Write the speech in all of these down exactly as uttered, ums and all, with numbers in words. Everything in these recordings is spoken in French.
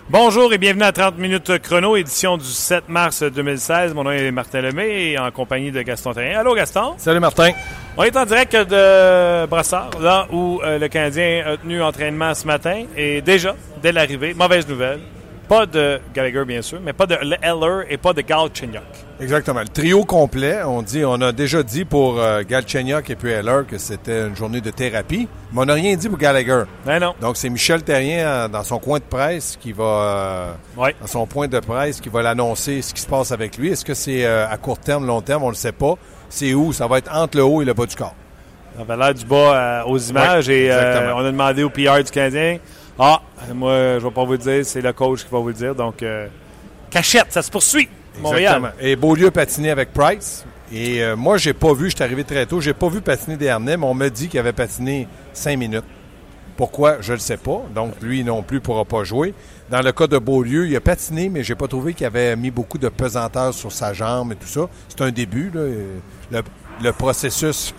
Bonjour et bienvenue à trente minutes chrono, édition du sept mars deux mille seize. Mon nom est Martin Lemay et en compagnie de Gaston Terrien. Allô Gaston? Salut Martin. On est en direct de Brassard, là où euh, le Canadien a tenu entraînement ce matin. Et déjà, dès l'arrivée, mauvaise nouvelle, pas de Gallagher bien sûr, mais pas de Eller et pas de Galchenyuk. Exactement. Le trio complet, on dit, on a déjà dit pour euh, Galchenyuk et puis Eller que c'était une journée de thérapie, mais on n'a rien dit pour Gallagher. Ben non. Donc c'est Michel Terrien dans son coin de presse qui va, euh, ouais. dans son point de presse, qui va l'annoncer ce qui se passe avec lui. Est-ce que c'est euh, à court terme, long terme, on ne le sait pas. C'est où? Ça va être entre le haut et le bas du corps. Ça avait l'air du bas euh, aux images ouais, et euh, on a demandé au P R du Canadien. Ah, moi, je ne vais pas vous le dire, c'est le coach qui va vous le dire. Donc, euh, cachette, ça se poursuit. Montréal. Exactement. Et Beaulieu patiné avec Price. Et euh, moi, j'ai pas vu, je suis arrivé très tôt, j'ai pas vu patiner Desharnais, mais on m'a dit qu'il avait patiné cinq minutes. Pourquoi? Je ne le sais pas. Donc, lui non plus ne pourra pas jouer. Dans le cas de Beaulieu, il a patiné, mais j'ai pas trouvé qu'il avait mis beaucoup de pesanteur sur sa jambe et tout ça. C'est un début, là. Le, le processus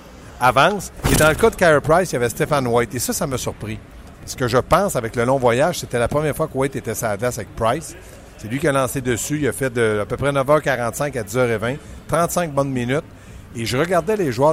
avance. Et dans le cas de Carey Price, il y avait Stephen White. Et ça, ça m'a surpris. Ce que je pense, avec le long voyage, c'était la première fois que White était sur la glace avec Price. C'est lui qui a lancé dessus. Il a fait de à peu près neuf heures quarante-cinq à dix heures vingt. trente-cinq bonnes minutes. Et je regardais les joueurs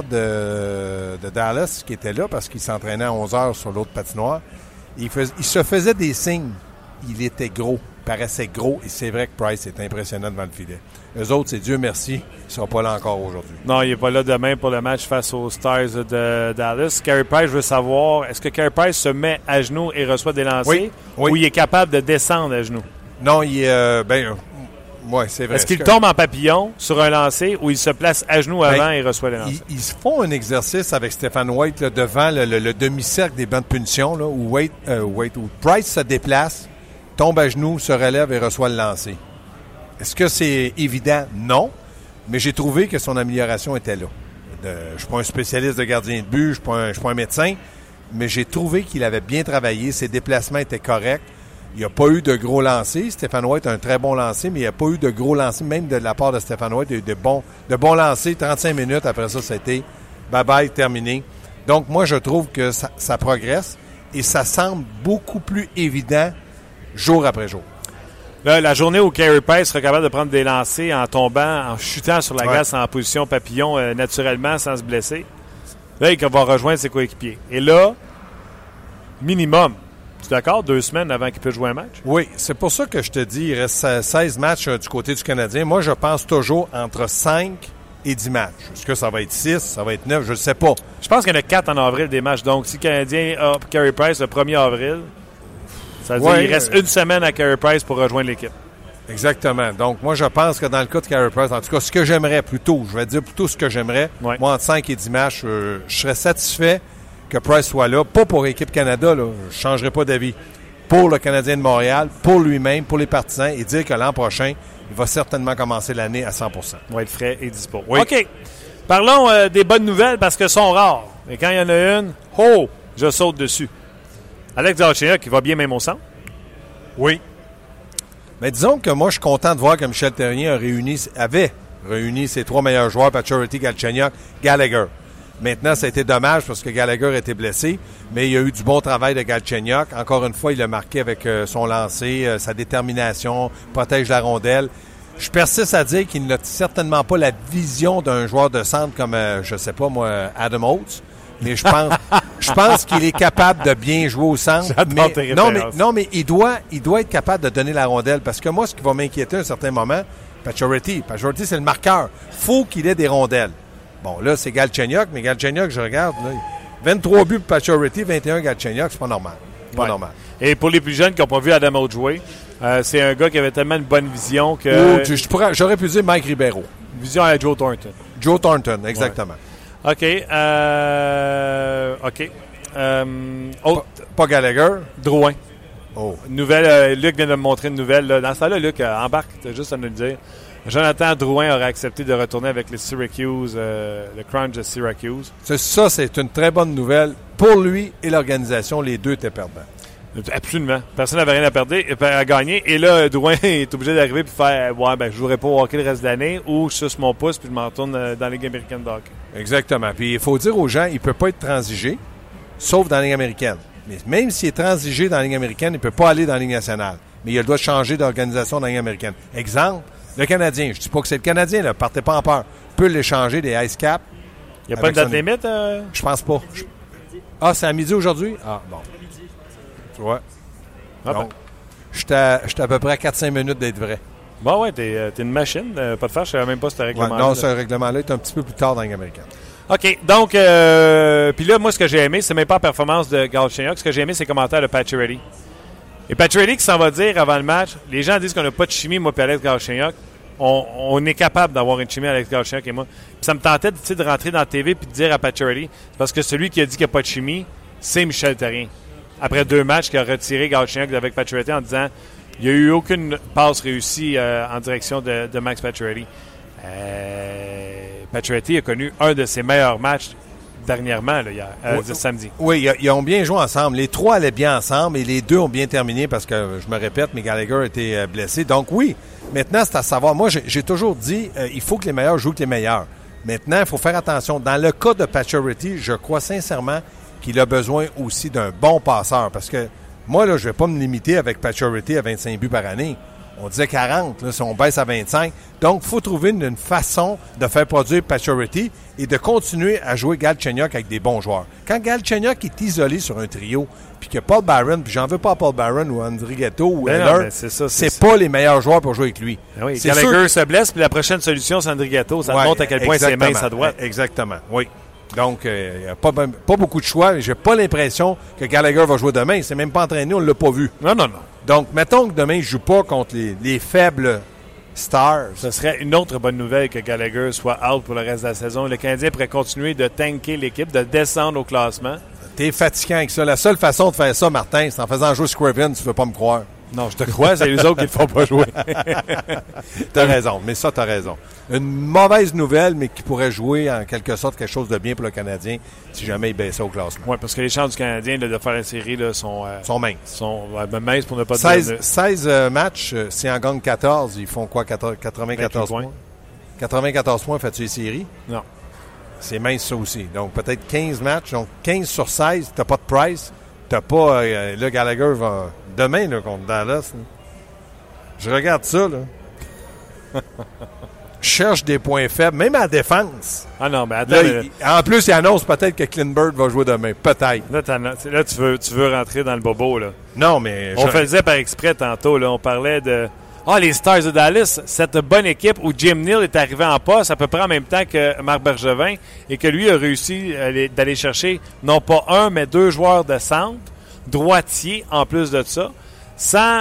de, de Dallas qui étaient là parce qu'ils s'entraînaient à onze heures sur l'autre patinoire. Il, fais, il se faisait des signes. Il était gros. Il paraissait gros. Et c'est vrai que Price est impressionnant devant le filet. Eux autres, c'est Dieu merci. Ils ne seront pas là encore aujourd'hui. Non, il n'est pas là demain pour le match face aux Stars de Dallas. Carey Price veut savoir, est-ce que Carey Price se met à genoux et reçoit des lancers? Oui, oui. Ou il est capable de descendre à genoux? Non, il est... Euh, ben, ouais, c'est vrai. Est-ce qu'il tombe en papillon sur un lancer ou il se place à genoux avant ben, et reçoit les lancers? Ils, ils font un exercice avec Stephen White là, devant le, le, le demi-cercle des bancs de punition là, où, White, euh, White, où Price se déplace, tombe à genoux, se relève et reçoit le lancer. Est-ce que c'est évident? Non. Mais j'ai trouvé que son amélioration était là. De, je ne suis pas un spécialiste de gardien de but, je ne suis pas un, je suis pas un médecin, mais j'ai trouvé qu'il avait bien travaillé, ses déplacements étaient corrects. Il n'y a pas eu de gros lancers. Stephen White a un très bon lancer, mais il n'y a pas eu de gros lancers, même de la part de Stephen White. Il y a eu de bons, de bons lancers, trente-cinq minutes. Après ça, c'était bye-bye, terminé. Donc, moi, je trouve que ça, ça progresse et ça semble beaucoup plus évident jour après jour. Là, la journée où Carey Price sera capable de prendre des lancers en tombant, en chutant sur la ouais. glace en position papillon euh, naturellement sans se blesser, là, il va rejoindre ses coéquipiers. Et là, minimum, tu es d'accord? Deux semaines avant qu'il puisse jouer un match? Oui, c'est pour ça que je te dis, il reste seize matchs euh, du côté du Canadien. Moi, je pense toujours entre cinq et dix matchs. Est-ce que ça va être six, ça va être neuf? Je ne sais pas. Je pense qu'il y en a quatre en avril des matchs. Donc, si le Canadien a Carey Price le premier avril, ça veut ouais, dire qu'il reste une semaine à Carey Price pour rejoindre l'équipe. Exactement. Donc, moi, je pense que dans le cas de Carey Price, en tout cas, ce que j'aimerais plutôt, je vais dire plutôt ce que j'aimerais, ouais. moi, entre cinq et dix matchs, euh, je serais satisfait que Price soit là, pas pour Équipe Canada, là, je ne changerai pas d'avis, pour le Canadien de Montréal, pour lui-même, pour les partisans, et dire que l'an prochain, il va certainement commencer l'année à cent pour cent. Il va être frais et dispo. Oui. OK. Parlons euh, des bonnes nouvelles parce qu'elles sont rares. Et quand il y en a une, oh, je saute dessus. Alex Galchenyuk qui va bien même au centre. Oui. Mais disons que moi, je suis content de voir que Michel Terrien a réuni, avait réuni ses trois meilleurs joueurs, Pacioretty, Galchenyuk, Gallagher. Maintenant, ça a été dommage parce que Gallagher a été blessé, mais il y a eu du bon travail de Galchenyuk. Encore une fois, il a marqué avec euh, son lancer, euh, sa détermination, protège la rondelle. Je persiste à dire qu'il n'a certainement pas la vision d'un joueur de centre comme, euh, je sais pas moi, Adam Oates. Mais je pense, je pense qu'il est capable de bien jouer au centre. J'adore mais, non, mais, non, mais il doit, il doit être capable de donner la rondelle. Parce que moi, ce qui va m'inquiéter à un certain moment, Pacioretty. Pacioretty, c'est le marqueur. Faut qu'il ait des rondelles. Bon, là, c'est Galchenyuk, mais Galchenyuk, je regarde, là, vingt-trois buts pour Pacioretty, vingt et un Galchenyuk, c'est pas normal. Pas ouais. normal. Et pour les plus jeunes qui n'ont pas vu Adam Oates jouer, euh, c'est un gars qui avait tellement une bonne vision que... Ou, je, je pourrais, j'aurais pu dire Mike Ribeiro. Vision à Joe Thornton. Joe Thornton, exactement. Ouais. OK. Euh, OK. Euh, autre, pas, pas Gallagher. Drouin. Oh. Nouvelle, euh, Luc vient de me montrer une nouvelle. Là. Dans ce temps-là, Luc, euh, embarque, t'as juste à nous le dire. Jonathan Drouin aurait accepté de retourner avec les Syracuse, euh, le Crunch de Syracuse. C'est, ça, c'est une très bonne nouvelle. Pour lui et l'organisation, les deux étaient perdants. Absolument. Personne n'avait rien à perdre, à gagner. Et là, Drouin est obligé d'arriver et faire « Ouais, ben, je ne jouerai pas au hockey le reste de l'année ou je suce mon pouce puis je m'en retourne dans la Ligue américaine de hockey. » Exactement. Puis il faut dire aux gens, il ne peut pas être transigé, sauf dans la Ligue américaine. Mais même s'il est transigé dans la Ligue américaine, il ne peut pas aller dans la Ligue nationale. mais il a le droit de changer d'organisation dans la Ligue américaine. Exemple, le Canadien. Je dis pas que c'est le Canadien, là, partez pas en peur. Peut l'échanger des ice cap. Il n'y a pas de date limite? Euh... Je pense pas. Je... Ah, c'est à midi aujourd'hui? Ah, bon. Tu vois? Ah Donc, j'étais à, à peu près à quatre à cinq minutes d'être vrai. Bon, ouais, t'es, euh, t'es une machine. Euh, pas de faire, je ne savais même pas ce règlement-là. Ouais, non, ce règlement-là est un petit peu plus tard dans la Ligue américaine. OK, donc, euh, puis là, moi, ce que j'ai aimé, c'est même pas la performance de Galchenyuk. Ce que j'ai aimé, c'est les commentaires de Pacioretty. Et Pacioretty qui s'en va dire avant le match, les gens disent qu'on n'a pas de chimie, moi et Alex Galchenyuk. On, on est capable d'avoir une chimie avec Alex Galchenyuk et moi. Puis ça me tentait de, de rentrer dans la T V et de dire à Pacioretty, parce que celui qui a dit qu'il n'y a pas de chimie, c'est Michel Therrien. Après deux matchs, qui a retiré Galchenyuk avec Pacioretty en disant il n'y a eu aucune passe réussie euh, en direction de, de Max Pacioretty. Euh, Pacioretty a connu un de ses meilleurs matchs dernièrement, là, hier, euh, oui, samedi. Oui, ils ont bien joué ensemble. Les trois allaient bien ensemble et les deux ont bien terminé parce que, je me répète, mais Gallagher était blessé. Donc oui, maintenant, c'est à savoir. Moi, j'ai, j'ai toujours dit, euh, il faut que les meilleurs jouent que les meilleurs. Maintenant, il faut faire attention. Dans le cas de Pacioretty, je crois sincèrement qu'il a besoin aussi d'un bon passeur parce que moi, là, je ne vais pas me limiter avec Pacioretty à vingt-cinq buts par année. On disait quarante, là, si on baisse à vingt-cinq. Donc, il faut trouver une, une façon de faire produire Pacioretty et de continuer à jouer Galchenyuk avec des bons joueurs. Quand Galchenyuk est isolé sur un trio, puis que Paul Byron, puis j'en veux pas à Paul Byron ou André Ghetto ou Heller, c'est, ça, c'est, c'est pas les meilleurs joueurs pour jouer avec lui. Ben oui, Gallagher se blesse, puis la prochaine solution, c'est André Ghetto. Ça ouais, montre à quel point c'est mince à droite. Exactement, oui. Donc, il euh, n'y a pas, pas beaucoup de choix. J'ai pas l'impression que Gallagher va jouer demain. Il s'est même pas entraîné, on ne l'a pas vu. Non, non, non. Donc, mettons que demain, il ne joue pas contre les, les faibles stars. Ce serait une autre bonne nouvelle que Gallagher soit out pour le reste de la saison. Le Canadien pourrait continuer de tanker l'équipe, de descendre au classement. T'es fatiguant avec ça. La seule façon de faire ça, Martin, c'est en faisant jouer Scriven. Tu ne veux pas me croire. Non, je te crois, c'est les autres qui ne te font pas jouer. T'as raison, mais ça, t'as raison. Une mauvaise nouvelle, mais qui pourrait jouer en quelque sorte quelque chose de bien pour le Canadien si jamais il baissait au classement. Oui, parce que les chances du Canadien là, de faire la série là, sont... Euh, sont minces. Sont ouais, minces pour ne pas seize, dire... seize euh, matchs, euh, si on gagne quatorze, ils font quoi? quatre-vingt-quatorze points? quatre-vingt-quatorze points, fais-tu les séries? Non. C'est mince ça aussi. Donc peut-être quinze matchs, donc quinze sur seize, t'as pas de Price, t'as pas... Euh, là, Gallagher va... Demain, là, contre Dallas, là, je regarde ça, là. Je cherche des points faibles, même à la défense. Ah non, mais attends. Là, mais... il, en plus, il annonce peut-être que Klingberg va jouer demain. Peut-être. Là, là tu, veux, tu veux rentrer dans le bobo, là. Non, mais... On je... faisait par exprès tantôt, là. On parlait de... Ah, oh, les Stars de Dallas, cette bonne équipe où Jim Neal est arrivé en poste à peu près en même temps que Marc Bergevin et que lui a réussi d'aller chercher non pas un, mais deux joueurs de centre, droitier en plus de ça, sans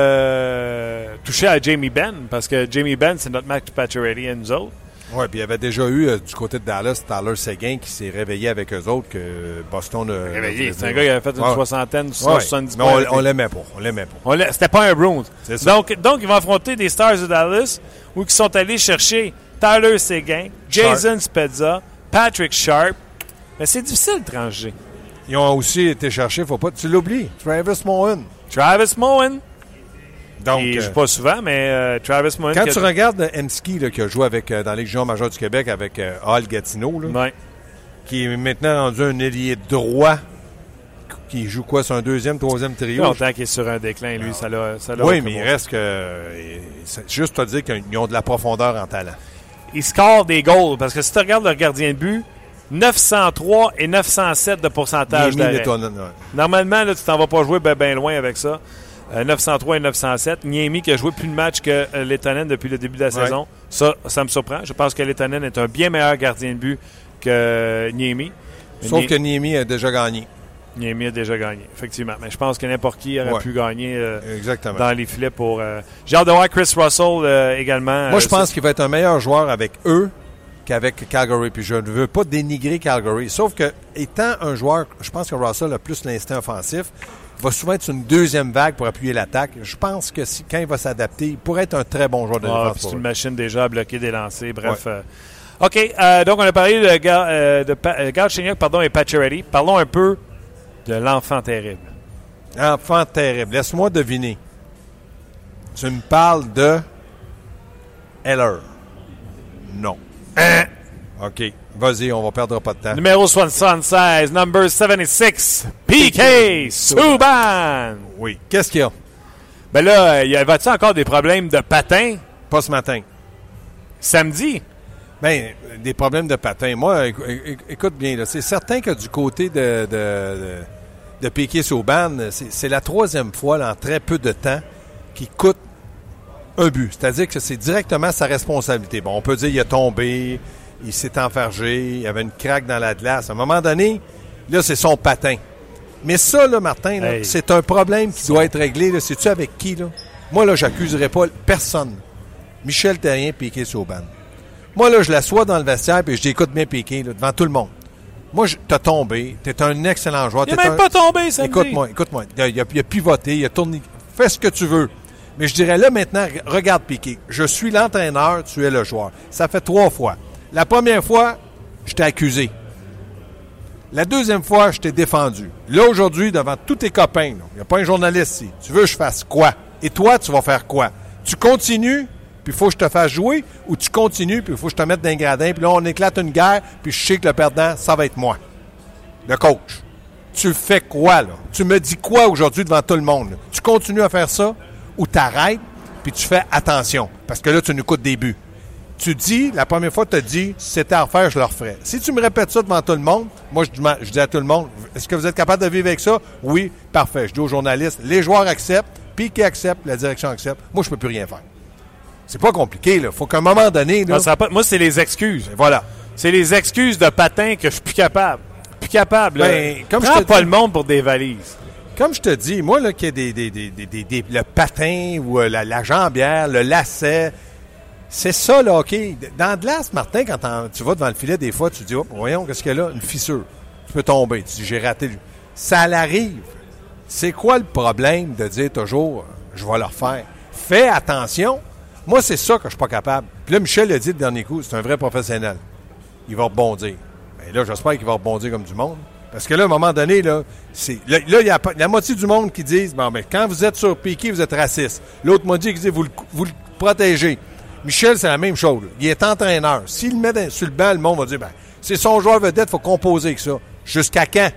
euh, toucher à Jamie Benn, parce que Jamie Benn, c'est notre Max Pacioretty et nous autres. Oui, puis il y avait déjà eu euh, du côté de Dallas, Tyler Seguin qui s'est réveillé avec eux autres, que Boston a... Réveillé, c'est un gars qui avait fait une ouais. soixantaine, ouais. soixante-dix mais points. on, on l'aimait pas, on l'aimait pas. On C'était pas un Bruins. Donc, donc, ils vont affronter des Stars de Dallas où ils sont allés chercher Tyler Seguin, Jason Sharp. Spezza, Patrick Sharp. Mais c'est difficile de trancher. Ils ont aussi été chercher, faut pas tu l'oublies, Travis Moen. Travis Moen. Donc, il ne joue euh, pas souvent, mais euh, Travis Moen. Quand tu a... regardes Hemsky, là, qui a joué avec, euh, dans la Ligue junior majeure du Québec avec euh, Hall Gatineau, là, ouais. qui est maintenant rendu un ailier droit, qui joue quoi sur un deuxième, troisième trio? Il y a longtemps qu'il est sur un déclin, lui. Ça l'a, ça l'a oui, mais il reste que... C'est juste à dire qu'ils ont de la profondeur en talent. Il score des goals, parce que si tu regardes leur gardien de but, neuf cent trois et neuf cent sept de pourcentage d'arrêt. Normalement, là, tu t'en vas pas jouer bien ben loin avec ça. Euh, neuf cent trois et neuf cent sept. Niemi qui a joué plus de matchs que euh, Lehtonen depuis le début de la ouais. saison. Ça, ça me surprend. Je pense que Lehtonen est un bien meilleur gardien de but que euh, Niemi. Sauf Niemi, que Niemi a déjà gagné. Niemi a déjà gagné, effectivement. Mais je pense que n'importe qui aurait ouais. pu gagner euh, dans les filets pour... Euh... J'ai hâte de voir Chris Russell euh, également. Moi, je pense qu'il va être un meilleur joueur avec eux qu'avec Calgary. Puis je ne veux pas dénigrer Calgary. Sauf que, étant un joueur, je pense que Russell a plus l'instinct offensif, va souvent être une deuxième vague pour appuyer l'attaque. Je pense que si, quand il va s'adapter, il pourrait être un très bon joueur de ah, défense. C'est une machine déjà à bloquer des lancers. Bref. Ouais. Euh... OK. Euh, donc, on a parlé de, euh, de pa- Galchenyuk pardon, et Pacioretty. Parlons un peu de l'enfant terrible. Enfant terrible. Laisse-moi deviner. Tu me parles de Heller. Non. Hein? OK. Vas-y, on va perdre pas de temps. Numéro soixante-seize, number soixante-six, P K Subban. Oui. Qu'est-ce qu'il y a? Ben là, y avait-tu encore des problèmes de patin? Pas ce matin. Samedi? Bien, des problèmes de patin. Moi, écoute bien, là, c'est certain que du côté de, de, de, de Piquet-Sauban, c'est, c'est la troisième fois là, en très peu de temps qu'il coûte un but. C'est-à-dire que c'est directement sa responsabilité. Bon, on peut dire qu'il a tombé, il s'est enfargé, il y avait une craque dans la glace. À un moment donné, là, c'est son patin. Mais ça, là, Martin, là, hey. c'est un problème qui doit être réglé. Là. Sais-tu avec qui, là? Moi, là, j'accuserais pas personne. Michel Therrien, Piquet-Sauban. Moi, là, je l'assois dans le vestiaire et je dis, écoute bien, Piquet, là, devant tout le monde. Moi, je, t'as tombé. T'es un excellent joueur. Il n'est même un... pas tombé, ça Écoute-moi, écoute-moi. Il a, il, a, il a pivoté, il a tourné. Fais ce que tu veux. Mais je dirais, là, maintenant, regarde, Piquet. Je suis l'entraîneur, tu es le joueur. Ça fait trois fois. La première fois, je t'ai accusé. La deuxième fois, je t'ai défendu. Là, aujourd'hui, devant tous tes copains, il n'y a pas un journaliste ici. Tu veux que je fasse quoi? Et toi, tu vas faire quoi? Tu continues, puis il faut que je te fasse jouer, ou tu continues, puis il faut que je te mette dans un gradin, puis là, on éclate une guerre, puis je sais que le perdant, ça va être moi, le coach. Tu fais quoi, là? Tu me dis quoi aujourd'hui devant tout le monde? Là? Tu continues à faire ça, ou t'arrêtes, puis tu fais attention, parce que là, tu nous coûtes des buts. Tu dis, la première fois, tu as dit, si c'était à refaire, je le referais. Si tu me répètes ça devant tout le monde, moi, je dis, je dis à tout le monde, est-ce que vous êtes capable de vivre avec ça? Oui, parfait. Je dis aux journalistes, les joueurs acceptent, Piquet accepte, la direction accepte. Moi, je peux plus rien faire. C'est pas compliqué, là. Faut qu'à un moment donné, là... Non, ça pas... Moi, c'est les excuses. Voilà. C'est les excuses de patin que je suis plus capable. Plus capable, là. Ben, comme Prends je te pas dis... le monde pour des valises. Comme je te dis, moi, là, qu'il y ait des, des, des, des, des, des, le patin ou euh, la, la jambière, le lacet... C'est ça, le hockey. Dans la glace, Martin, quand tu vas devant le filet, des fois, tu dis, oh, voyons, qu'est-ce qu'il y a là? Une fissure. Tu peux tomber. Tu dis, j'ai raté. Ça l'arrive. C'est quoi le problème de dire toujours, je vais le refaire? Fais attention. Moi, c'est ça que je suis pas capable. Puis là, Michel l'a dit le dernier coup, c'est un vrai professionnel. Il va rebondir. Bien là, j'espère qu'il va rebondir comme du monde. Parce que là, à un moment donné, là, c'est, là, là il y a la moitié du monde qui disent, bon, mais quand vous êtes sur Piquet, vous êtes raciste. L'autre moitié qui dit, vous le, vous le protégez. Michel, c'est la même chose. Là. Il est entraîneur. S'il le met dans, sur le banc, le monde va dire, ben, c'est son joueur vedette, il faut composer avec ça. Jusqu'à quand?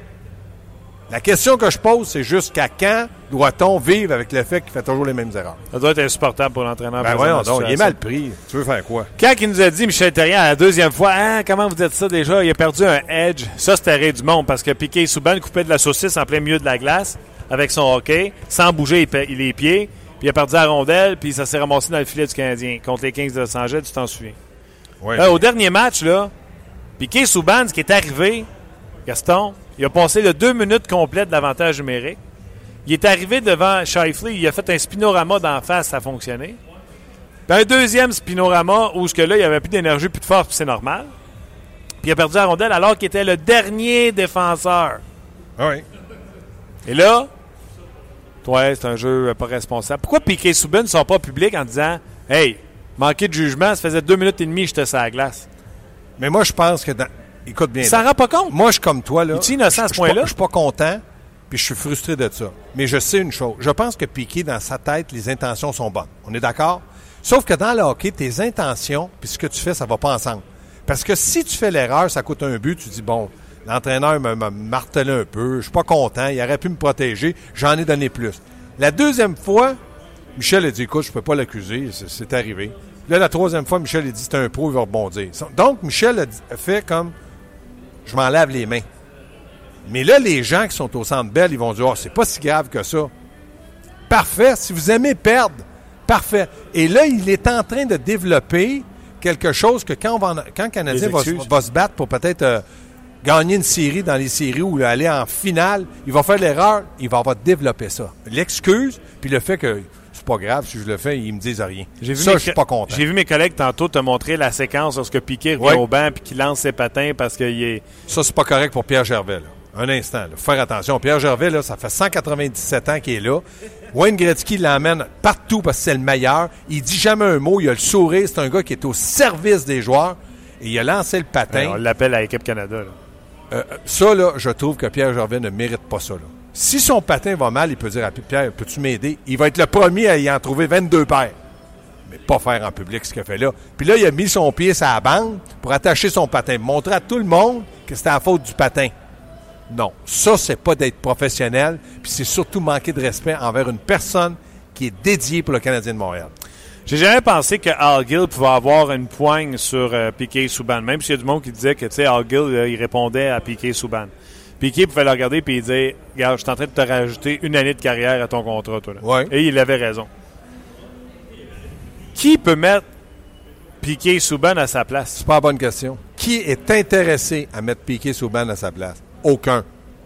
La question que je pose, c'est jusqu'à quand doit-on vivre avec le fait qu'il fait toujours les mêmes erreurs? Ça doit être insupportable pour l'entraîneur. Ben voyons donc, il est mal pris. Tu veux faire quoi? Quand il nous a dit, Michel Therrien, à la deuxième fois, hein, comment vous dites ça déjà? Il a perdu un edge. Ça, c'était rire du monde parce que Piquet-Sauban coupait de la saucisse en plein milieu de la glace avec son hockey, sans bouger les pieds. Puis il a perdu la rondelle, puis ça s'est ramassé dans le filet du Canadien contre les Kings de Los Angeles, tu t'en souviens. Oui. Là, au dernier match, là, Piquet-Sauban, ce qui est arrivé, Gaston, il a passé le deux minutes complètes d'avantage numérique. Il est arrivé devant Scheifele, il a fait un spinorama d'en face, ça a fonctionné. Puis un deuxième spinorama où ce que là, il n'y avait plus d'énergie, plus de force, puis c'est normal. Puis il a perdu la rondelle alors qu'il était le dernier défenseur. Oui. Et là... Ouais, c'est un jeu pas responsable. Pourquoi Piquet-Sauban ne sort pas public en disant « Hey, manqué de jugement, ça faisait deux minutes et demie que j'étais sur la glace. » Mais moi, je pense que... Dans... Écoute bien. Il s'en rend pas compte. Moi, je suis comme toi, là. Il est innocent à ce point-là. Je suis pas content, puis je suis frustré de ça. Mais je sais une chose. Je pense que Piquet, dans sa tête, les intentions sont bonnes. On est d'accord? Sauf que dans le hockey, tes intentions puis ce que tu fais, ça va pas ensemble. Parce que si tu fais l'erreur, ça coûte un but, tu dis « Bon... » L'entraîneur m'a, m'a martelé un peu. Je suis pas content. Il aurait pu me protéger. J'en ai donné plus. La deuxième fois, Michel a dit, écoute, je peux pas l'accuser. C'est, c'est arrivé. Là, la troisième fois, Michel a dit, c'est un pro, il va rebondir. Donc, Michel a, dit, a fait comme, je m'en lave les mains. Mais là, les gens qui sont au Centre Bell, ils vont dire, oh, c'est pas si grave que ça. Parfait. Si vous aimez perdre, parfait. Et là, il est en train de développer quelque chose que quand, on va, quand le Canadien va, va se battre pour peut-être... Euh, gagner une série dans les séries ou aller en finale, il va faire l'erreur, il va avoir développé ça. L'excuse, puis le fait que c'est pas grave, si je le fais, ils me disent rien. J'ai vu ça, je suis pas content. J'ai vu mes collègues tantôt te montrer la séquence lorsque Piquet revient ouais. au banc puis qu'il lance ses patins parce qu'il est... Ça, c'est pas correct pour Pierre Gervais, là. Un instant, là. Faut faire attention. Pierre Gervais, là, ça fait cent quatre-vingt-dix-sept ans qu'il est là. Wayne Gretzky l'emmène partout parce que c'est le meilleur. Il dit jamais un mot, il a le sourire. C'est un gars qui est au service des joueurs. Et il a lancé le patin. Ouais, on l'appelle à l'équipe Canada, là. Euh, ça, là, je trouve que Pierre Gervais ne mérite pas ça, là. Si son patin va mal, il peut dire à Pierre, peux-tu m'aider? Il va être le premier à y en trouver vingt-deux paires. Mais pas faire en public ce qu'il a fait là. Puis là, il a mis son pied sur la bande pour attacher son patin, montrer à tout le monde que c'était la faute du patin. Non, ça, c'est pas d'être professionnel, puis c'est surtout manquer de respect envers une personne qui est dédié pour le Canadien de Montréal. J'ai jamais pensé que Al Gill pouvait avoir une poigne sur euh, Piquet Subban. Même s'il y a du monde qui disait que, tu sais, Al Gill, euh, il répondait à Piquet Subban. Piquet pouvait le regarder et il dire « Regarde, je suis en train de te rajouter une année de carrière à ton contrat, toi. » Ouais. Et il avait raison. Qui peut mettre Piquet Subban à sa place? C'est pas la bonne question. Qui est intéressé à mettre Piquet Subban à sa place? Aucun.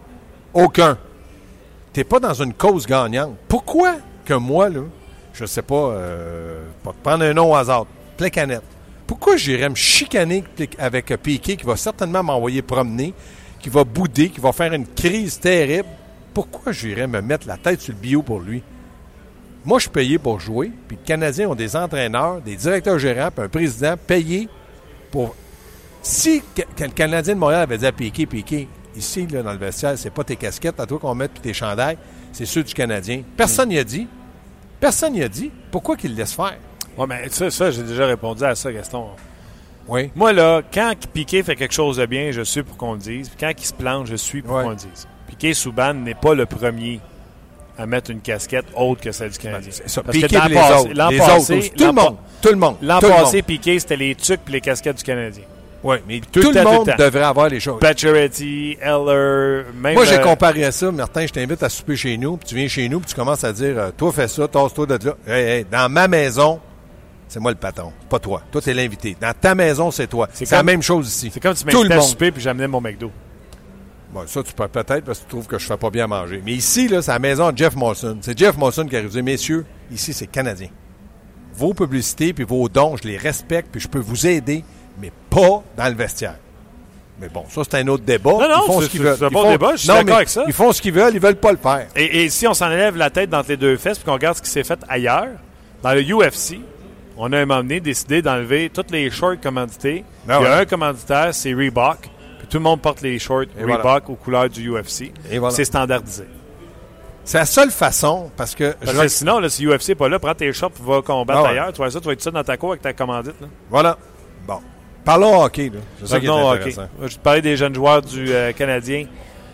Aucun. T'es pas dans une cause gagnante. Pourquoi que moi, là, je sais pas, euh, pour prendre un nom au hasard, Plekanec. Pourquoi j'irais me chicaner avec Piquet qui va certainement m'envoyer promener, qui va bouder, qui va faire une crise terrible? Pourquoi j'irais me mettre la tête sur le bio pour lui? Moi, je suis payé pour jouer, puis les Canadiens ont des entraîneurs, des directeurs gérants, puis un président payé pour... Si que, le Canadien de Montréal avait dit à Piquet, Piquet, ici, là, dans le vestiaire, c'est pas tes casquettes à toi qu'on met, puis tes chandails, c'est ceux du Canadien. Personne n'y a dit. Personne n'y a dit. Pourquoi qu'il le laisse faire? Oui, mais ça, ça, j'ai déjà répondu à ça, Gaston. Oui. Moi, là, quand Piquet fait quelque chose de bien, je suis pour qu'on le dise. Puis quand il se plante, je suis pour ouais. qu'on le dise. Piquet Subban n'est pas le premier à mettre une casquette autre que celle du Canadien. C'est ça. Parce Piquet que l'an les passé, autres. l'an Les passé, autres. Tout le monde. Tout le monde. L'an tout passé, le monde. Piquet, c'était les tucs et les casquettes du Canadien. Oui, mais tout, Tout le, le temps, monde tout le temps. devrait avoir les choses. Pacioretty, Eller, même... Moi, j'ai euh, comparé à ça. Martin, je t'invite à souper chez nous, puis tu viens chez nous, puis tu commences à dire euh, toi, fais ça, tasse-toi de là. Hey, hey, dans ma maison, c'est moi le patron, pas toi. Toi, t'es l'invité. Dans ta maison, c'est toi. C'est, c'est comme, la même chose ici. C'est comme si tu Tout m'invitais le à monde. souper puis j'amenais mon McDo. Bon, ça, tu peux peut-être parce que tu trouves que je fais pas bien manger. Mais ici, là, c'est la maison de Jeff Molson. C'est Jeff Molson qui a dit, messieurs, ici, c'est Canadien. Vos publicités puis vos dons, je les respecte puis je peux vous aider, mais pas dans le vestiaire. Mais bon, ça, c'est un autre débat. Non, non, ils font c'est, ce qu'ils c'est, veulent. c'est un Ils bon font... débat, je suis non, d'accord avec ça. Ils font ce qu'ils veulent, ils veulent pas le faire. Et, et si on s'en élève la tête entre les deux fesses puis qu'on regarde ce qui s'est fait ailleurs, dans le U F C, on a un moment donné décidé d'enlever toutes les shorts commandités. Ah Il y a ouais. un commanditaire, c'est Reebok. Puis tout le monde porte les shorts Et Reebok voilà. aux couleurs du U F C. Et voilà. C'est standardisé. C'est la seule façon, parce que... Parce je... que sinon, là, si U F C n'est pas là, prends tes shorts et va combattre Ah ouais. ailleurs. Tu vois ça, tu vas être ça dans ta cour avec ta commandite. Là. Voilà. Bon. Parlons hockey, là. C'est ça qui est Revenons au intéressant. hockey. Je vais te parler des jeunes joueurs du euh, Canadien.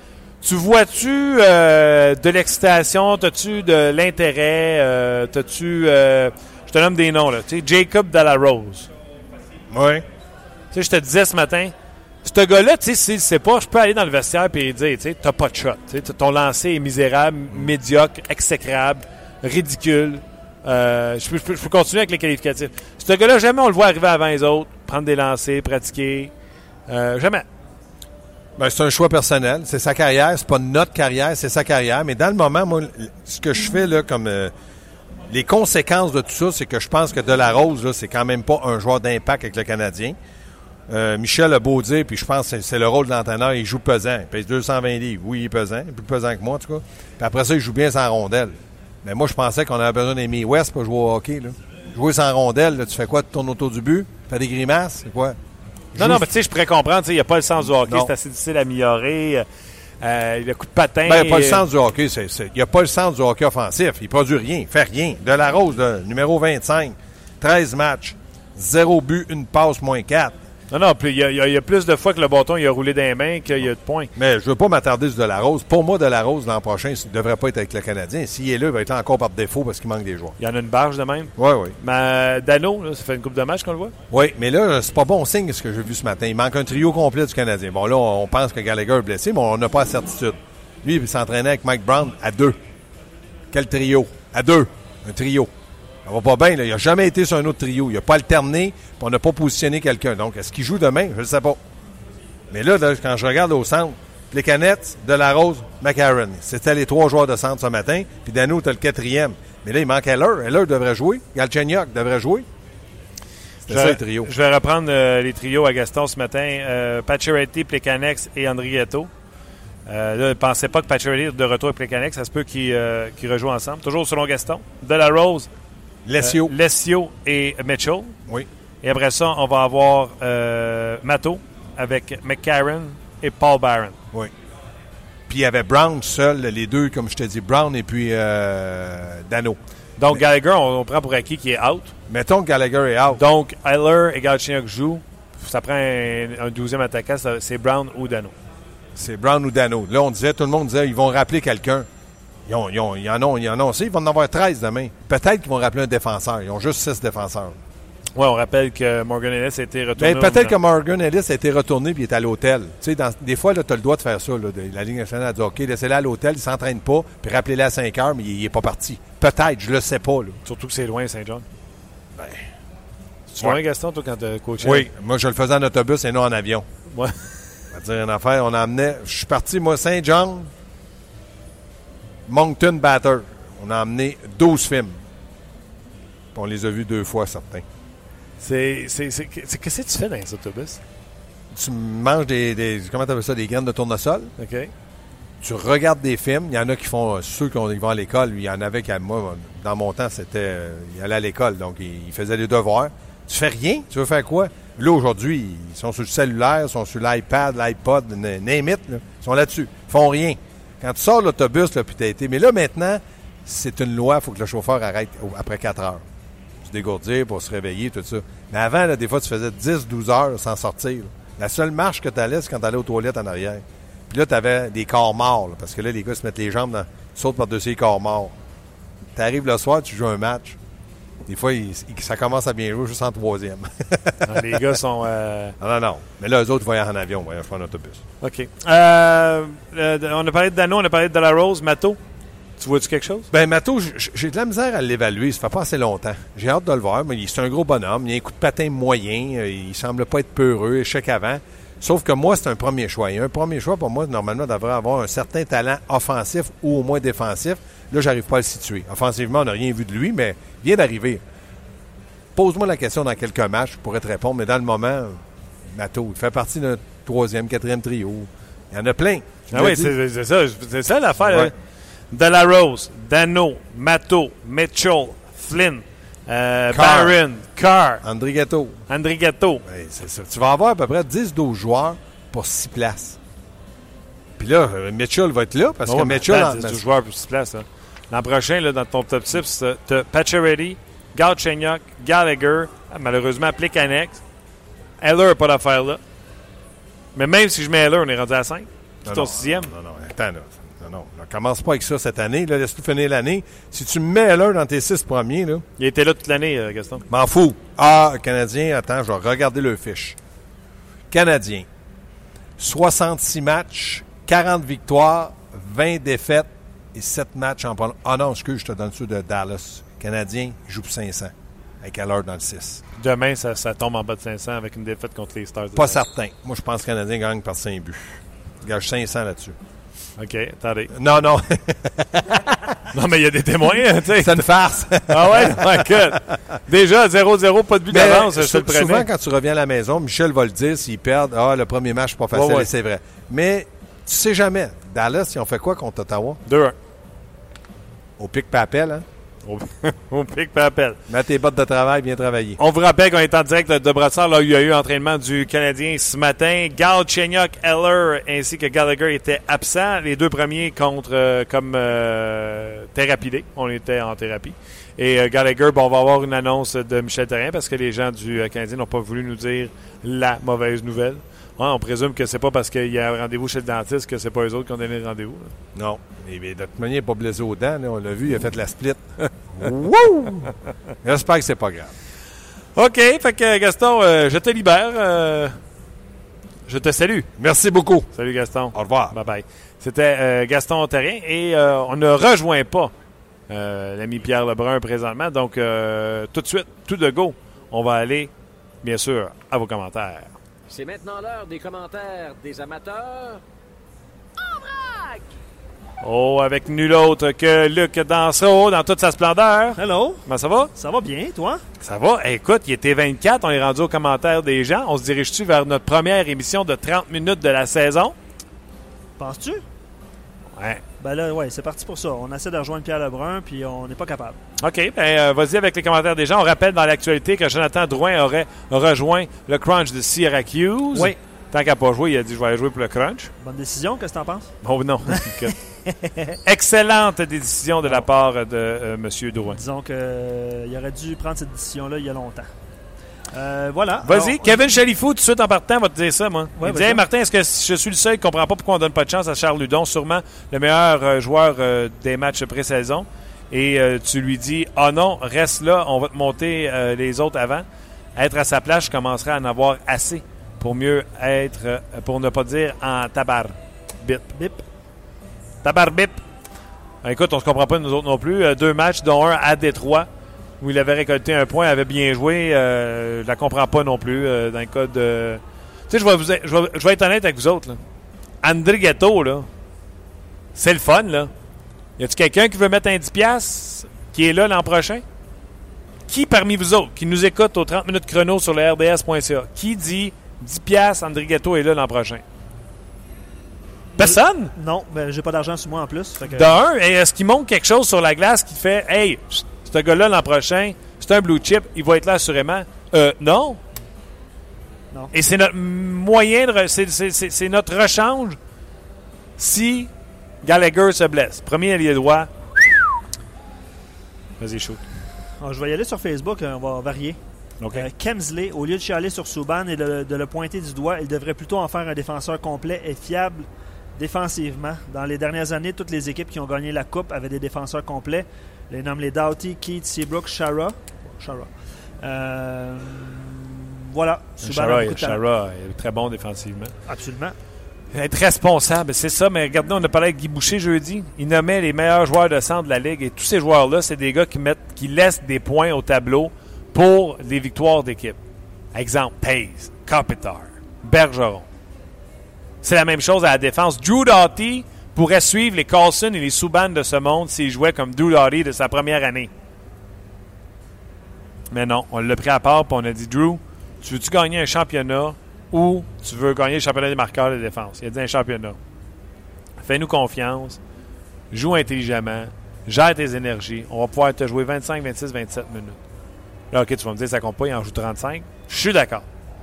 Tu vois-tu euh, de l'excitation? T'as-tu de l'intérêt? Euh, t'as-tu... Euh, je te nomme des noms, là. Tu sais, Jacob Delarose. Oui. Tu sais, je te disais ce matin, ce gars-là, tu sais, s'il ne sait pas, je peux aller dans le vestiaire et dire, tu sais, t'as pas de shot. Tu sais, ton lancer est misérable, médiocre, exécrable, ridicule. Euh, je, peux, je, peux, je peux continuer avec les qualificatifs. Ce gars-là, jamais on le voit arriver avant les autres, prendre des lancers, pratiquer. Euh, jamais. Ben, c'est un choix personnel. C'est sa carrière. C'est pas notre carrière, c'est sa carrière. Mais dans le moment, moi, ce que je fais, là, comme... Euh, les conséquences de tout ça, c'est que je pense que Delarose, là, c'est quand même pas un joueur d'impact avec le Canadien. Euh, Michel a beau dire, puis je pense que c'est, c'est le rôle de l'entraîneur, il joue pesant. Il pèse deux cent vingt livres. Oui, il est pesant. Il est plus pesant que moi, en tout cas. Puis après ça, il joue bien sans rondelle. Mais moi, je pensais qu'on avait besoin d'Amy West pour jouer au hockey. Là. Jouer sans rondelle, là, tu fais quoi? Tu tournes autour du but? Tu fais des grimaces? C'est quoi? Non, Joue... non, mais tu sais, je pourrais comprendre. Il n'y a pas le sens du hockey. Non. C'est assez difficile à améliorer. Euh, le coup de patin. Ben, il n'y a pas le sens du hockey. C'est, c'est, il n'y a pas le sens du hockey offensif. Il ne produit rien. Il fait rien. Delarose, là, numéro vingt-cinq, treize matchs, zéro but, une passe, moins quatre. Non, non, il y, y, y a plus de fois que le bâton il a roulé dans les mains qu'il y a de points. Mais je ne veux pas m'attarder sur Delarose. Pour moi, Delarose, l'an prochain, il ne devrait pas être avec le Canadien. S'il est là, il va être là encore par défaut parce qu'il manque des joueurs. Il y en a une barge de même. Oui, oui. Mais Dano, là, ça fait une couple de matchs qu'on le voit. Oui, mais là, c'est pas bon signe ce que j'ai vu ce matin. Il manque un trio complet du Canadien. Bon, là, on pense que Gallagher est blessé, mais on n'a pas la certitude. Lui, il s'entraînait avec Mike Brown à deux. Quel trio? À deux. Un trio. Ça va pas bien, là. Il n'a jamais été sur un autre trio. Il n'a pas alterné, puis on n'a pas positionné quelqu'un. Donc, est-ce qu'il joue demain? Je ne sais pas. Mais là, là, quand je regarde au centre, les canettes, Delarose, McCarron. C'était les trois joueurs de centre ce matin. Puis Dano, tu as le quatrième. Mais là, il manque Heller. Heller devrait jouer. Galchenyuk devrait jouer. C'est ça, le trio. Je vais reprendre euh, les trios à Gaston ce matin. Euh, Pacioretty, Plekanec et Andrietto. Euh, là, ne pensez pas que Pacioretty est de retour avec Plekanec. Ça se peut qu'ils, euh, qu'ils rejouent ensemble. Toujours selon Gaston. Delarose, Lessio. Euh, Lessio et Mitchell. Oui. Et après ça, on va avoir euh, Matteau avec McCarron et Paul Barron. Oui. Puis il y avait Brown seul, les deux, comme je te dis, Brown et puis euh, Dano. Donc Mais, Gallagher, on, on prend pour acquis qui est out. Mettons que Gallagher est out. Donc Heller et Galchenyuk jouent. Ça prend un, un douzième attaquant, ça, c'est Brown ou Dano. C'est Brown ou Dano. Là, on disait, tout le monde disait, ils vont rappeler quelqu'un. Ils, ont, ils, ont, ils, en ont, ils en ont aussi. Ils vont en avoir treize demain. Peut-être qu'ils vont rappeler un défenseur. Ils ont juste six défenseurs. Oui, on rappelle que Morgan Ellis a été retourné. Ben, peut-être que Morgan Ellis a été retourné et il est à l'hôtel. Tu sais, dans, des fois, tu as le droit de faire ça. Là, de, la Ligue nationale a dit OK, laissez-le à l'hôtel, il ne s'entraîne pas, puis rappelez-le à cinq heures, mais il n'est pas parti. Peut-être, je le sais pas. Là. Surtout que c'est loin, Saint-John. Ben, tu vois, Gaston, toi, quand tu as coaché? Oui, moi, je le faisais en autobus et non en avion. Ouais. On va dire une affaire, on emmenait. Je suis parti, moi, Saint-John, Moncton Batter. On a emmené douze films. Puis on les a vus deux fois, certains. C'est, c'est, c'est, c'est, qu'est-ce que tu fais dans les autobus? Tu manges des, des comment tu appelles ça, des graines de tournesol. OK. Tu regardes des films. Il y en a qui font, euh, ceux qui vont à l'école, il y en avait qui, moi, dans mon temps, c'était, euh, ils allaient à l'école, donc ils, ils faisaient des devoirs. Tu fais rien? Tu veux faire quoi? Là, aujourd'hui, ils sont sur le cellulaire, ils sont sur l'iPad, l'iPod, name it, là. Ils sont là-dessus. Ils font rien. Quand tu sors de l'autobus, là, puis t'as été... Mais là, maintenant, c'est une loi, il faut que le chauffeur arrête après quatre heures. Se dégourdir pour se réveiller, tout ça. Mais avant, là, des fois, tu faisais dix douze heures sans sortir. Là. La seule marche que tu allais, c'est quand tu allais aux toilettes en arrière. Puis là, tu avais des corps morts, là, parce que là, les gars se mettent les jambes, dans, ils sautent par-dessus les corps morts. Tu arrives le soir, tu joues un match. Des fois, il, il, ça commence à bien jouer juste en troisième. Non, les gars sont... Euh... Non, non, non. Mais là, eux autres voyagent en avion, voyagent pas en autobus. OK. Euh, euh, on a parlé de Dano, on a parlé de la Rose, Matteau. Tu vois-tu quelque chose? Ben Matteau, j'ai de la misère à l'évaluer. Ça fait pas assez longtemps. J'ai hâte de le voir, mais c'est un gros bonhomme. Il a un coup de patin moyen. Il semble pas être peureux, échec avant. Sauf que moi, c'est un premier choix. Et un premier choix, pour moi, normalement, devrait avoir un certain talent offensif ou au moins défensif. Là, j'arrive pas à le situer. Offensivement, on n'a rien vu de lui, mais il vient d'arriver. Pose-moi la question dans quelques matchs, je pourrais te répondre, mais dans le moment, Matteau, il fait partie d'un troisième, quatrième trio. Il y en a plein. Ah oui, c'est, c'est ça. C'est ça l'affaire. Ouais. De la Rose, Dano, Matteau, Mitchell, Flynn, euh, Carr. Barron, Carr, André Gatto. André Gatto. Ben, c'est ça. Tu vas avoir à peu près dix douze joueurs pour six places. Puis là, Mitchell va être là parce oh, que Mitchell... dix douze joueurs pour six places. Hein. L'an prochain, là, dans ton top six, tu as Pacioretty, Galchenyuk, Gallagher, malheureusement, Plekanec. Eller n'a pas d'affaire là. Mais même si je mets Eller, on est rendu à cinq. C'est ton sixième. Non, non, attends là. Non, non, ne commence pas avec ça cette année. Là, laisse-nous finir l'année. Si tu me mets Heller dans tes six premiers... Là, il était là toute l'année, euh, Gaston. M'en fous. Ah, Canadien, attends, je vais regarder le fiche. Canadien, soixante-six matchs, quarante victoires, vingt défaites et sept matchs en Pologne. Ah non, excuse, je te donne ceux de Dallas. Canadien, il joue pour cinq cents, avec Heller dans le six. Demain, ça, ça tombe en bas de cinq cents avec une défaite contre les Stars. Pas certain. Moi, je pense que le Canadien gagne par cinq buts. Je gage cinq cents là-dessus. OK, attendez. Non, non. Non, mais il y a des témoins, tu sais. C'est une farce. Ah ouais? Écoute, déjà, zéro zéro, pas de but mais d'avance, je te le préviens. Souvent, quand tu reviens à la maison, Michel va le dire, s'ils perdent, ah, le premier match, c'est pas facile, ouais, ouais. Et c'est vrai. Mais tu sais jamais. Dallas, ils ont fait quoi contre Ottawa? deux un. Au pic-papel, hein? Au, au pic-papel. Mets tes bottes de travail, viens travailler. On vous rappelle qu'on est en direct de Brossard. Là, il y a eu entraînement du Canadien ce matin. Galchenyuk, Eller ainsi que Gallagher étaient absents. Les deux premiers contre euh, comme euh, thérapidés. On était en thérapie. Et euh, Gallagher, bon, on va avoir une annonce de Michel Therrien parce que les gens du euh, Canadien n'ont pas voulu nous dire la mauvaise nouvelle. Ouais, on présume que c'est pas parce qu'il y a un rendez-vous chez le dentiste que c'est pas eux autres qui ont donné le rendez-vous. Là. Non. Et bien, de toute manière, il n'est pas blessé aux dents. Là. On l'a vu, il a fait la split. Wouh! J'espère que c'est pas grave. OK. Fait que, Gaston, euh, je te libère. Euh, je te salue. Merci beaucoup. Salut, Gaston. Au revoir. Bye-bye. C'était euh, Gaston Therrien et euh, on ne rejoint pas euh, l'ami Pierre Lebrun présentement. Donc, euh, tout de suite, tout de go, on va aller, bien sûr, à vos commentaires. C'est maintenant l'heure des commentaires des amateurs. En vrac! Oh, avec nul autre que Luc Dansereau dans toute sa splendeur. Hello. Comment ça va? Ça va bien, toi? Ça va. Écoute, il était vingt-quatre, on est rendu aux commentaires des gens. On se dirige-tu vers notre première émission de trente minutes de la saison? Penses-tu? Ouais. Ben là, ouais, c'est parti pour ça. On essaie de rejoindre Pierre Lebrun, puis on n'est pas capable. OK, ben euh, vas-y avec les commentaires des gens. On rappelle dans l'actualité que Jonathan Drouin aurait rejoint le Crunch de Syracuse. Oui. Tant qu'à pas jouer, il a dit « Je vais aller jouer pour le Crunch ». Bonne décision, qu'est-ce que t'en penses? Oh non. Excellente décision de la part de euh, M. Drouin. Disons qu'il euh, aurait dû prendre cette décision-là il y a longtemps. Euh, voilà. Vas-y, Alors, Kevin Chalifou, tout de suite en partant, va te dire ça, moi. Ouais, il dit, vas-y. hey, Martin, est-ce que je suis le seul qui ne comprend pas pourquoi on donne pas de chance à Charles Ludon, sûrement le meilleur euh, joueur euh, des matchs pré-saison. Et euh, tu lui dis, ah oh non, reste là, on va te monter euh, les autres avant. Être à sa place, je commencerai à en avoir assez pour mieux être, euh, pour ne pas dire en tabar. Bip. Bip. Tabar bip. Ben, écoute, on ne se comprend pas nous autres non plus. Euh, deux matchs, dont un à Détroit, où il avait récolté un point, avait bien joué. Euh, je la comprends pas non plus euh, dans le cas de... Tu sais, je vais, vous, je, vais, je vais être honnête avec vous autres. Là. André Ghetto, là, c'est le fun, là. Y a-tu quelqu'un qui veut mettre un dix piastres qui est là l'an prochain? Qui parmi vous autres, qui nous écoute aux trente minutes chrono sur le R D S point C A, qui dit dix piastres, André Ghetto est là l'an prochain? Personne? Non, ben, j'ai pas d'argent sur moi en plus. Fait que... D'un, est-ce qu'il montre quelque chose sur la glace qui te fait « Hey, ce gars-là, l'an prochain, c'est un blue chip, il va être là assurément. » Euh, non. Non. Et c'est notre moyen, de... C'est, c'est, c'est, c'est notre rechange si Gallagher se blesse. Premier allié droit. Vas-y, shoot. Alors, je vais y aller sur Facebook, on va varier. OK. Euh, Kemsley, au lieu de chialer sur Subban et de, de le pointer du doigt, il devrait plutôt en faire un défenseur complet et fiable défensivement. Dans les dernières années, toutes les équipes qui ont gagné la Coupe avaient des défenseurs complets. Les noms les Doughty, Keith, Seabrook, Chara. Chara. Euh, voilà. Subban a Chara, beaucoup de talent. Chara est très bon défensivement. Absolument. Être responsable, c'est ça. Mais regardez, on a parlé avec Guy Boucher jeudi. Il nommait les meilleurs joueurs de centre de la Ligue. Et tous ces joueurs-là, c'est des gars qui mettent, qui laissent des points au tableau pour les victoires d'équipe. Exemple, Taze, Kopitar, Bergeron. C'est la même chose à la défense. Drew Doughty pourrait suivre les Carlson et les Subban de ce monde s'il jouait comme Drew Doughty de sa première année. Mais non, on l'a pris à part et on a dit, Drew, tu veux-tu gagner un championnat ou tu veux gagner le championnat des marqueurs de défense? Il a dit un championnat. Fais-nous confiance, joue intelligemment, gère tes énergies. On va pouvoir te jouer vingt-cinq, vingt-six, vingt-sept minutes. Là, OK, tu vas me dire, ça compte pas, il en joue trente-cinq. Je suis d'accord.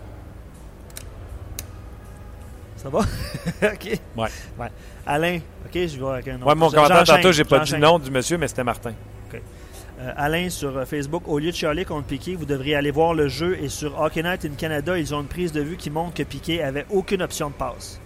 Ça va? OK. Ouais. Ouais. Alain, OK, je vais avec un nom. Ouais, mon J'en- commentaire j'enchaîne, tantôt, j'ai pas dit j'enchaîne. le nom du monsieur, mais c'était Martin. Euh, Alain sur euh, Facebook, au lieu de chialer contre Piquet, vous devriez aller voir le jeu et sur Hockey Night in Canada, ils ont une prise de vue qui montre que Piquet avait aucune option de passe.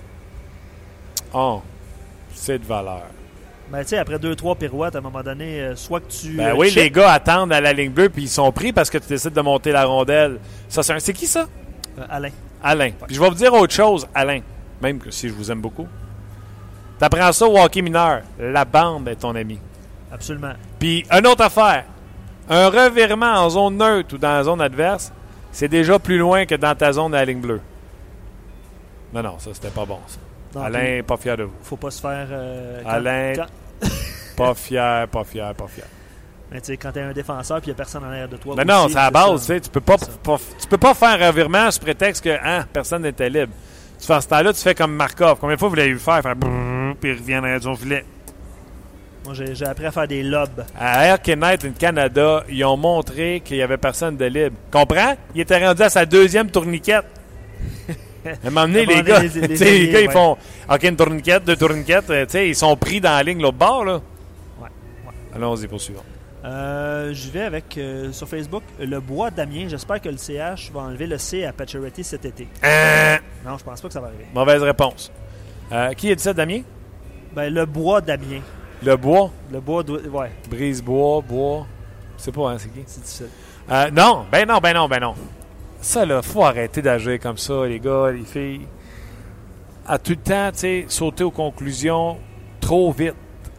Oh, c'est de valeur. Ben, tu sais, après deux trois pirouettes, à un moment donné, euh, soit que tu. Ben euh, oui, check- les gars attendent à la ligne bleue puis ils sont pris parce que tu décides de monter la rondelle. Ça, c'est un... C'est qui ça? Euh, Alain. Alain. Puis je vais vous dire autre chose, Alain. Même que si je vous aime beaucoup. T'apprends ça au hockey mineur. La bande est ton ami. Absolument. Puis, une autre affaire. Un revirement en zone neutre ou dans la zone adverse, c'est déjà plus loin que dans ta zone à la ligne bleue. Non, non, ça, c'était pas bon, ça. Non, Alain, pas fier de vous. Faut pas se faire. euh, quand- Alain, quand- pas fier, pas fier, pas fier. Mais tu sais, quand t'es un défenseur puis il n'y a personne en arrière de toi. Mais aussi, non, c'est à la c'est base, tu ça. sais. Tu peux pas, C'est ça. pas- tu peux pas faire un revirement sous prétexte que hein, personne n'était libre. Tu fais en ce temps-là, tu fais comme Markov. Combien de fois vous l'avez vu faire? Faire brrr, puis il revient dans son filet. Moi, j'ai j'ai appris à faire des lobes. À Hockey Night in Canada, ils ont montré qu'il y avait personne de libre. Comprends? Il était rendu à sa deuxième tourniquette. À un moment donné, À un les moment gars, donné, les- les tu sais, les alliés, gars, ils ouais. font OK, une tourniquette, deux tourniquettes. euh, tu sais, ils sont pris dans la ligne l'autre bord, là. Ouais, ouais. Allons-y, poursuivons. Euh, je vais avec, euh, sur Facebook, le bois Damien. J'espère que le C H va enlever le C à Pacioretty cet été. Euh, Non, je pense pas que ça va arriver. mauvaise réponse. Euh, qui a dit ça, Damien? Ben, le bois Damien. Le bois. Le bois doit. Ouais, Brise-bois, bois. Je sais pas, hein, c'est qui? c'est difficile. Euh, non, ben non, ben non, ben non. Ça, là, faut arrêter d'agir comme ça, les gars, les filles. À tout le temps, tu sais, sauter aux conclusions trop vite.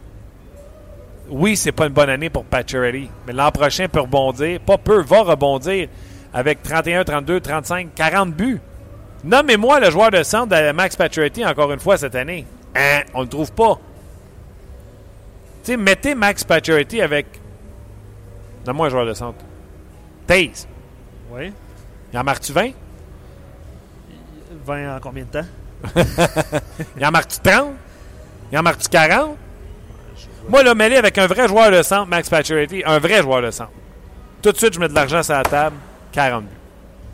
Oui, c'est pas une bonne année pour Pacioretty, mais l'an prochain peut rebondir. Pas peu, va rebondir avec trente et un, trente-deux, trente-cinq, quarante buts. Nommez-moi le joueur de centre de Max Pacioretty encore une fois cette année. Hein, on le trouve pas. Tu sais, mettez Max Pacioretty avec... Donne-moi un joueur de centre. Taze. Oui. Il en marque-tu vingt? vingt en combien de temps? Il en marque-tu trente? Il en marque-tu quarante? Moi, là, mêlé avec un vrai joueur de centre, Max Pacioretty, un vrai joueur de centre. Tout de suite, je mets de l'argent sur la table, quarante buts.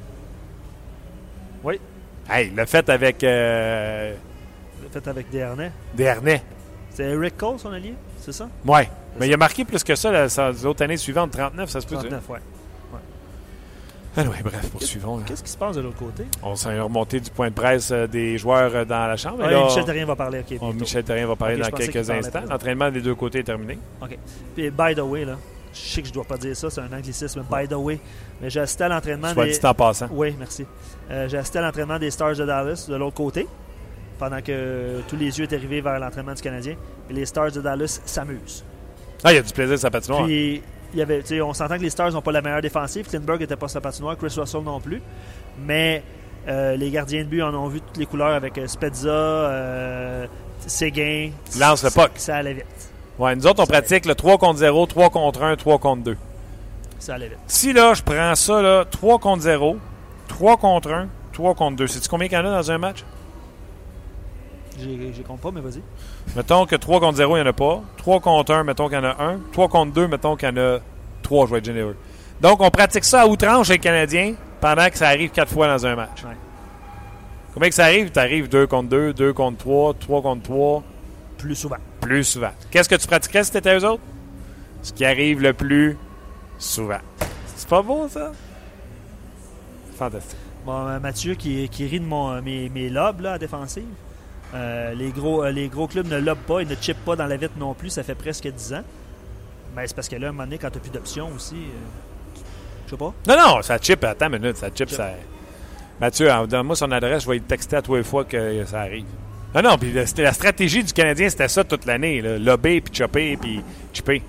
Oui. Hey, le fait avec euh, Le fait avec Desharnais. Desharnais. C'est Eric Cole, son allié? C'est ça? Ouais. Mais il a marqué plus que ça la- sa- les autres années suivantes, trente-neuf, ça se peut. trente-neuf, ouais. Ah oui, bref, poursuivons. Qu'est-ce qui se passe de l'autre côté? On s'est remonté du point de presse euh, des joueurs euh, dans la chambre. Ah, Et là, Michel Terrien va parler. Okay, on, Michel Terrien va parler okay, dans je pensais quelques qu'il instants. parlait. L'entraînement des deux côtés est terminé. OK. Puis, by the way, là, je sais que je dois pas dire ça, c'est un anglicisme, by the way, mais j'ai assisté à l'entraînement Soit des... dit en passant. Oui, merci. Euh, j'ai assisté à l'entraînement des Stars de Dallas de l'autre côté, pendant que euh, tous les yeux étaient rivés vers l'entraînement du Canadien. Et les Stars de Dallas s'amusent. Ah, il y a du plaisir sur sa patinoire. Puis, il y avait, tu sais, on s'entend que les Stars n'ont pas la meilleure défensive. Klingberg n'était pas sur la patinoire, Chris Russell non plus. Mais euh, les gardiens de but en ont vu toutes les couleurs avec euh, Spezza, euh, Séguin. Lance le puck. Ça allait vite. Ouais, nous autres, on Ça pratique le trois contre zéro, trois contre un, trois contre deux. Ça allait vite. Si là, je prends ça, là, trois contre zéro, trois contre un, trois contre deux, sais-tu combien qu'il y en a dans un match? J'ai, j'ai compte pas, mais vas-y. Mettons que trois contre zéro, il n'y en a pas. trois contre un, mettons qu'il y en a un. trois contre deux, mettons qu'il y en a trois, je vais être généreux. Donc, on pratique ça à outrance chez les Canadiens pendant que ça arrive quatre fois dans un match. Ouais. Combien que ça arrive? Tu arrives deux contre deux, deux contre trois, trois contre trois. Plus souvent. Plus souvent. Qu'est-ce que tu pratiquerais si tu étais eux autres? Ce qui arrive le plus souvent. C'est pas beau, ça? Fantastique. Bon, euh, Mathieu qui, qui rit de mon, mes, mes lobes là, à défensive. Euh, les, gros, euh, les gros clubs ne lobent pas, ils ne chippent pas dans la vitre non plus, ça fait presque dix ans. Mais c'est parce que là, à un moment donné, quand tu n'as plus d'options aussi, euh, je sais pas. Non, non, ça chip. Attends une minute, ça chip, Chip. ça... Mathieu, donne-moi son adresse, je vais lui texter à tous les fois que ça arrive. Non, non, puis c'était la stratégie du Canadien, c'était ça toute l'année. Là. Lobber, puis chopper, puis chipper.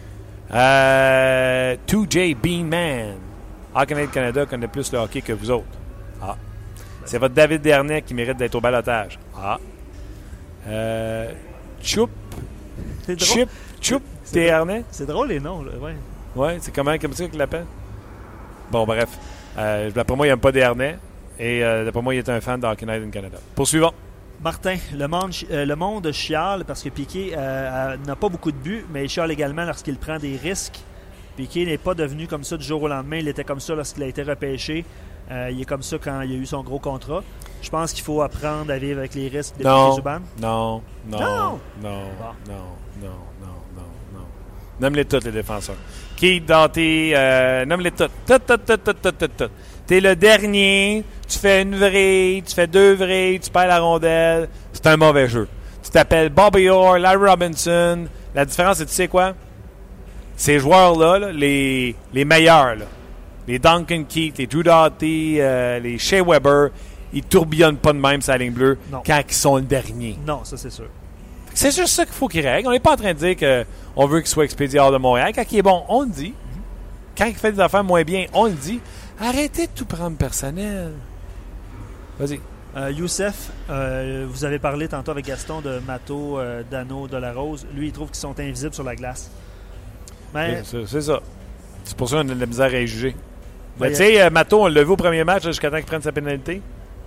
Euh, deux J Beanman. Hockey Canada connaît plus le hockey que vous autres. Ah. C'est votre David Dernay qui mérite d'être au balotage. Ah. Euh, Choup. C'est drôle. Chip. Choup. Dernay. C'est drôle les noms, là, ouais. Ouais, c'est comment, comme ça qu'il l'appelle? Bon, bref. Euh, d'après moi, il n'aime pas Dernay. Et euh, d'après moi, il est un fan de Hockey Night in Canada. Poursuivons. Martin, le monde, chi- euh, le monde chiale parce que Piqué euh, euh, n'a pas beaucoup de buts, mais il chiale également lorsqu'il prend des risques. Piqué n'est pas devenu comme ça du jour au lendemain. Il était comme ça lorsqu'il a été repêché. Euh, il est comme ça quand il a eu son gros contrat. Je pense qu'il faut apprendre à vivre avec les risques de Non. Piqué Subban. Non, non, Non. non, Bon. non, non, non, non, non, non. Nomme-les toutes, les défenseurs. Keith Doughty, euh, nomme-les toutes. Toutes, toutes, toutes, toutes, toutes, toutes, toutes. T'es le dernier, tu fais une vrille, tu fais deux vrilles, tu perds la rondelle. C'est un mauvais jeu. Tu t'appelles Bobby Orr, Larry Robinson. La différence, c'est, tu sais quoi? Ces joueurs-là, là, les, les meilleurs, là, les Duncan Keith, les Drew Doughty, euh, les Shea Weber, ils tourbillonnent pas de même sa ligne bleue Non. quand ils sont le dernier. Non, ça c'est sûr. C'est juste ça qu'il faut qu'il règle. On n'est pas en train de dire qu'on veut qu'il soit expédié hors de Montréal. Quand il est bon, on le dit. Quand il fait des affaires moins bien, on le dit. Arrêtez de tout prendre personnel. Vas-y. Euh, Youssef, euh, vous avez parlé tantôt avec Gaston de Matteau, euh, Dano, Delarose. Lui, il trouve qu'ils sont invisibles sur la glace. Mais C'est, c'est ça. C'est pour ça qu'on a de la misère à y juger. Ben, Mais tu sais, euh, Matteau, on l'a vu au premier match là, jusqu'à temps qu'il prenne sa pénalité.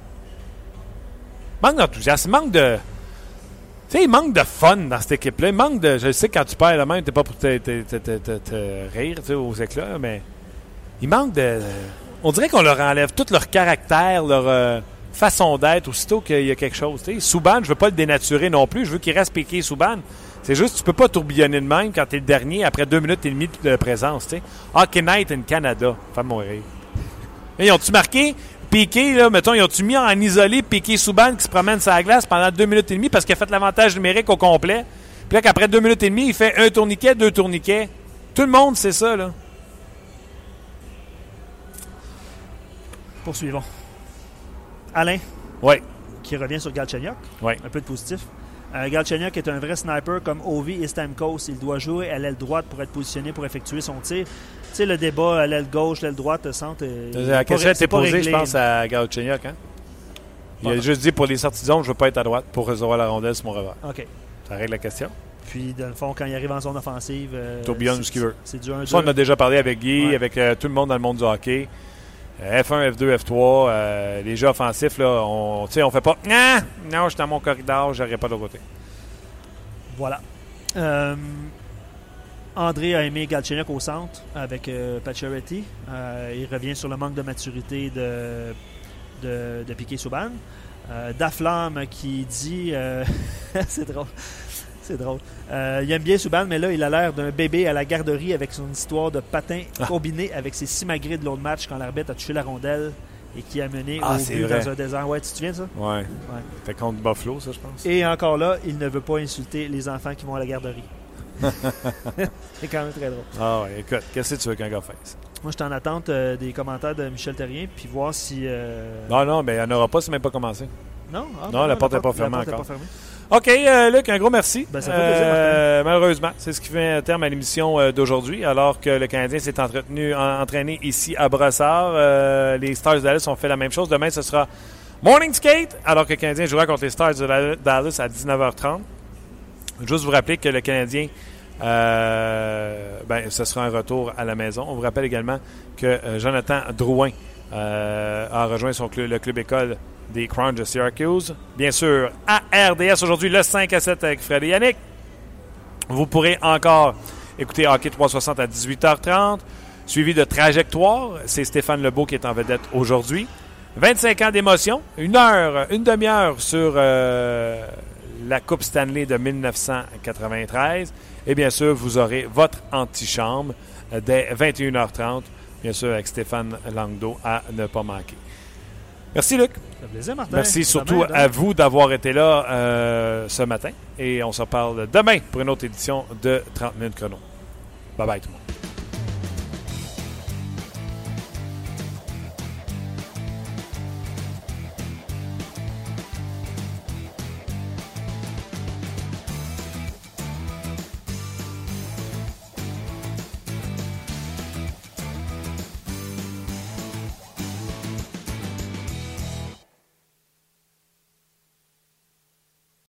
Manque d'enthousiasme, manque de... Tu sais, il manque de fun dans cette équipe-là. Il manque de... Je sais que quand tu perds la main, t'es pas pour te, te, te, te, te, te rire tu sais, aux éclats, mais il manque de... On dirait qu'on leur enlève tout leur caractère, leur euh, façon d'être, aussitôt qu'il y a quelque chose. Tu sais, Subban, je veux pas le dénaturer non plus. Je veux qu'il reste piqué Subban. C'est juste, tu peux pas tourbillonner de même quand t'es le dernier après deux minutes et demie de présence. Tu sais. Hockey Night in Canada. Fais-moi mourir. Ils ont-tu marqué? Piqué, là, mettons, ils ont-tu mis en isolé Piqué Subban qui se promène sur la glace pendant deux minutes et demie parce qu'il a fait l'avantage numérique au complet? Puis là, qu'après deux minutes et demie, il fait un tourniquet, deux tourniquets. Tout le monde sait ça, là. poursuivons. Alain, Oui. qui revient sur Galchenyuk. Oui. Un peu de positif. Euh, Galchenyuk est un vrai sniper comme Ovi et Stamkos. Il doit jouer à l'aile droite pour être positionné pour effectuer son tir. Tu sais, le débat à l'aile gauche, l'aile droite, centre. euh, La question a été posée, réglé. je pense, à Galchenyuk. Hein? Il Bon. a juste dit pour les sorties de zone, je ne veux pas être à droite pour recevoir la rondelle sur mon revers. OK. Ça règle la question. Puis, dans le fond, quand il arrive en zone offensive, euh, Tourbillonne c'est- ce qu'il veut. C'est du un deux. Ça, on a déjà parlé avec Guy, Ouais. avec euh, tout le monde dans le monde du hockey. Euh, F un, F deux, F trois, euh, les jeux offensifs, là, on ne on fait pas « Ah, non, je suis dans mon corridor, je n'irai pas de l'autre côté. Voilà. Euh, André a aimé Galchenyuk au centre avec euh, Pacioretty. Euh, il revient sur le manque de maturité de, de, de Piqué Subban. Euh, Daflamme qui dit... euh, c'est drôle. C'est drôle. Euh, il aime bien Subban, mais là, il a l'air d'un bébé à la garderie avec son histoire de patin Ah. combiné avec ses simagrées de l'autre match quand l'arbitre a touché la rondelle et qui a mené Ah, au c'est but vrai. dans un désert. Ouais, tu te souviens de ça? Ouais. C'était contre Buffalo, ça, je pense. Et encore là, il ne veut pas insulter les enfants qui vont à la garderie. C'est quand même très drôle. Ah ouais, écoute, qu'est-ce que tu veux qu'un gars fasse? Moi, je suis en attente euh, des commentaires de Michel Terrien, puis voir si... euh, Non, non, mais il n'y en aura pas, c'est même pas commencé. Non? Ah, Non, la porte n'est pas la fermée porte est encore. pas fermée. OK, euh, Luc, un gros merci. Ben, ça fait plaisir, Euh, malheureusement, c'est ce qui fait un terme à l'émission euh, d'aujourd'hui, alors que le Canadien s'est entretenu, en- entraîné ici à Brossard. Euh, les Stars de Dallas ont fait la même chose. Demain, ce sera Morning Skate, alors que le Canadien jouera contre les Stars de Dallas à dix-neuf heures trente. Juste vous rappeler que le Canadien, euh, ben, ce sera un retour à la maison. On vous rappelle également que euh, Jonathan Drouin euh, a rejoint son club, le club école des Crowns de Syracuse. Bien sûr, à R D S aujourd'hui, le cinq à sept avec Fred et Yannick. Vous pourrez encore écouter Hockey trois cent soixante à dix-huit heures trente, suivi de Trajectoire. C'est Stéphane Lebeau qui est en vedette aujourd'hui. vingt-cinq ans d'émotion, une heure, une demi-heure sur euh, la Coupe Stanley de mille neuf cent quatre-vingt-treize. Et bien sûr, vous aurez votre antichambre euh, dès vingt et une heures trente, bien sûr avec Stéphane Langdo à ne pas manquer. Merci Luc. Ça fait plaisir, Martin. Merci Demain, surtout demain. à vous d'avoir été là euh, ce matin. Et on se reparle demain pour une autre édition de trente minutes chrono. Bye bye tout le monde.